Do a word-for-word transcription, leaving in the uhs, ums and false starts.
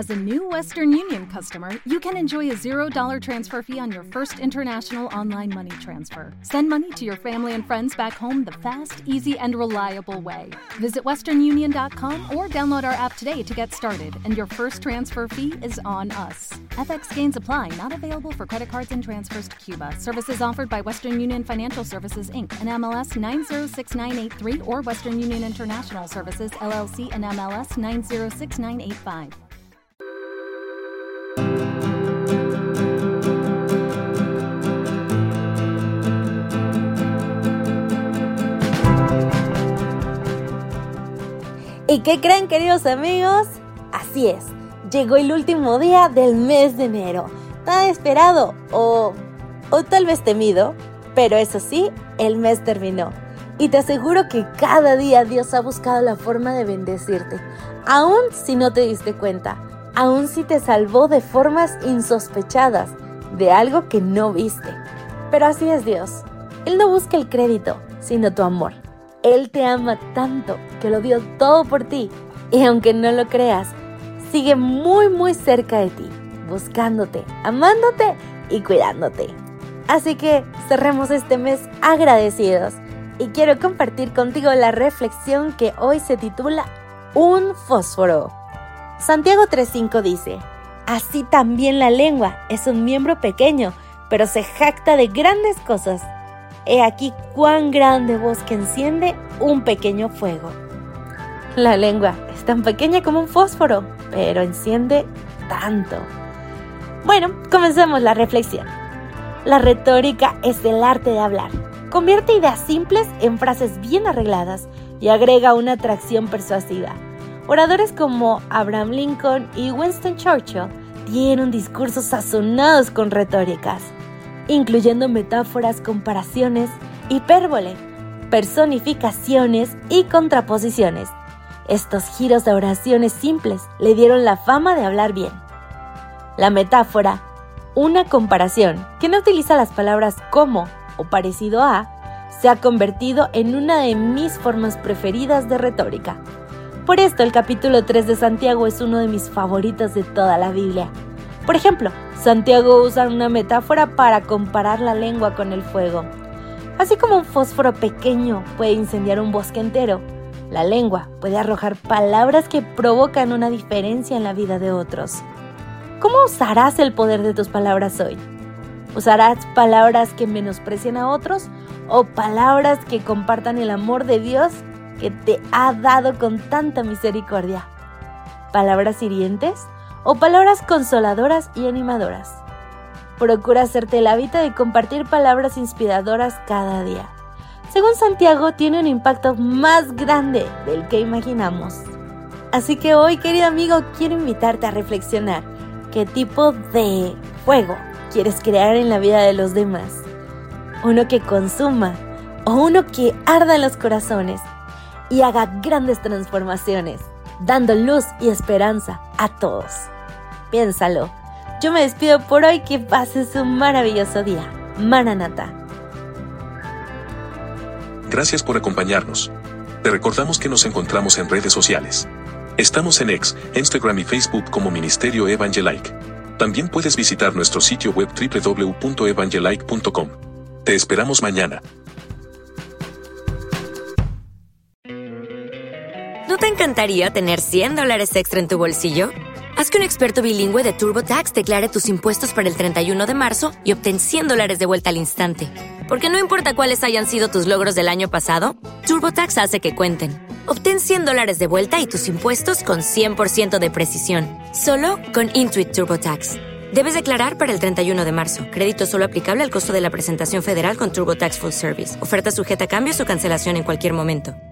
As a new Western Union customer, you can enjoy a zero dollars transfer fee on your first international online money transfer. Send money to your family and friends back home the fast, easy, and reliable way. Visit western union dot com or download our app today to get started, and your first transfer fee is on us. F X gains apply, not available for credit cards and transfers to Cuba. Services offered by Western Union Financial Services, Incorporated, and M L S nine zero six nine eight three or Western Union International Services, L L C, and M L S nine zero six nine eight five. ¿Y qué creen, queridos amigos? Así es, llegó el último día del mes de enero, tan esperado o, o tal vez temido, pero eso sí, el mes terminó. Y te aseguro que cada día Dios ha buscado la forma de bendecirte, aun si no te diste cuenta, aun si te salvó de formas insospechadas, de algo que no viste. Pero así es Dios, Él no busca el crédito, sino tu amor. Él te ama tanto que lo dio todo por ti, y aunque no lo creas, sigue muy muy cerca de ti, buscándote, amándote y cuidándote. Así que cerremos este mes agradecidos, y quiero compartir contigo la reflexión que hoy se titula Un fósforo. Santiago tres cinco dice: así también la lengua es un miembro pequeño, pero se jacta de grandes cosas. He aquí cuán grande voz que enciende un pequeño fuego. La lengua es tan pequeña como un fósforo, pero enciende tanto. Bueno, comencemos la reflexión. La retórica es el arte de hablar. Convierte ideas simples en frases bien arregladas y agrega una atracción persuasiva. Oradores como Abraham Lincoln y Winston Churchill dieron discursos sazonados con retóricas, incluyendo metáforas, comparaciones, hipérbole, personificaciones y contraposiciones. Estos giros de oraciones simples le dieron la fama de hablar bien. La metáfora, una comparación que no utiliza las palabras como o parecido a, se ha convertido en una de mis formas preferidas de retórica. Por esto, el capítulo tres de Santiago es uno de mis favoritos de toda la Biblia. Por ejemplo, Santiago usa una metáfora para comparar la lengua con el fuego. Así como un fósforo pequeño puede incendiar un bosque entero, la lengua puede arrojar palabras que provocan una diferencia en la vida de otros. ¿Cómo usarás el poder de tus palabras hoy? ¿Usarás palabras que menosprecian a otros o palabras que compartan el amor de Dios que te ha dado con tanta misericordia? ¿Palabras hirientes o palabras consoladoras y animadoras? Procura hacerte el hábito de compartir palabras inspiradoras cada día. Según Santiago, tiene un impacto más grande del que imaginamos. Así que hoy, querido amigo, quiero invitarte a reflexionar. ¿Qué tipo de fuego quieres crear en la vida de los demás? ¿Uno que consuma o uno que arda en los corazones y haga grandes transformaciones, dando luz y esperanza a todos? Piénsalo. Yo me despido por hoy. Que pases un maravilloso día. Maranata. Gracias por acompañarnos. Te recordamos que nos encontramos en redes sociales. Estamos en X, Instagram y Facebook como Ministerio Evangelike. También puedes visitar nuestro sitio web doble u doble u doble u punto evangelike punto com. Te esperamos mañana. ¿No te encantaría tener cien dólares extra en tu bolsillo? Haz que un experto bilingüe de TurboTax declare tus impuestos para el treinta y uno de marzo y obtén cien dólares de vuelta al instante. Porque no importa cuáles hayan sido tus logros del año pasado, TurboTax hace que cuenten. Obtén cien dólares de vuelta y tus impuestos con cien por ciento de precisión. Solo con Intuit TurboTax. Debes declarar para el treinta y uno de marzo. Crédito solo aplicable al costo de la presentación federal con TurboTax Full Service. Oferta sujeta a cambios o cancelación en cualquier momento.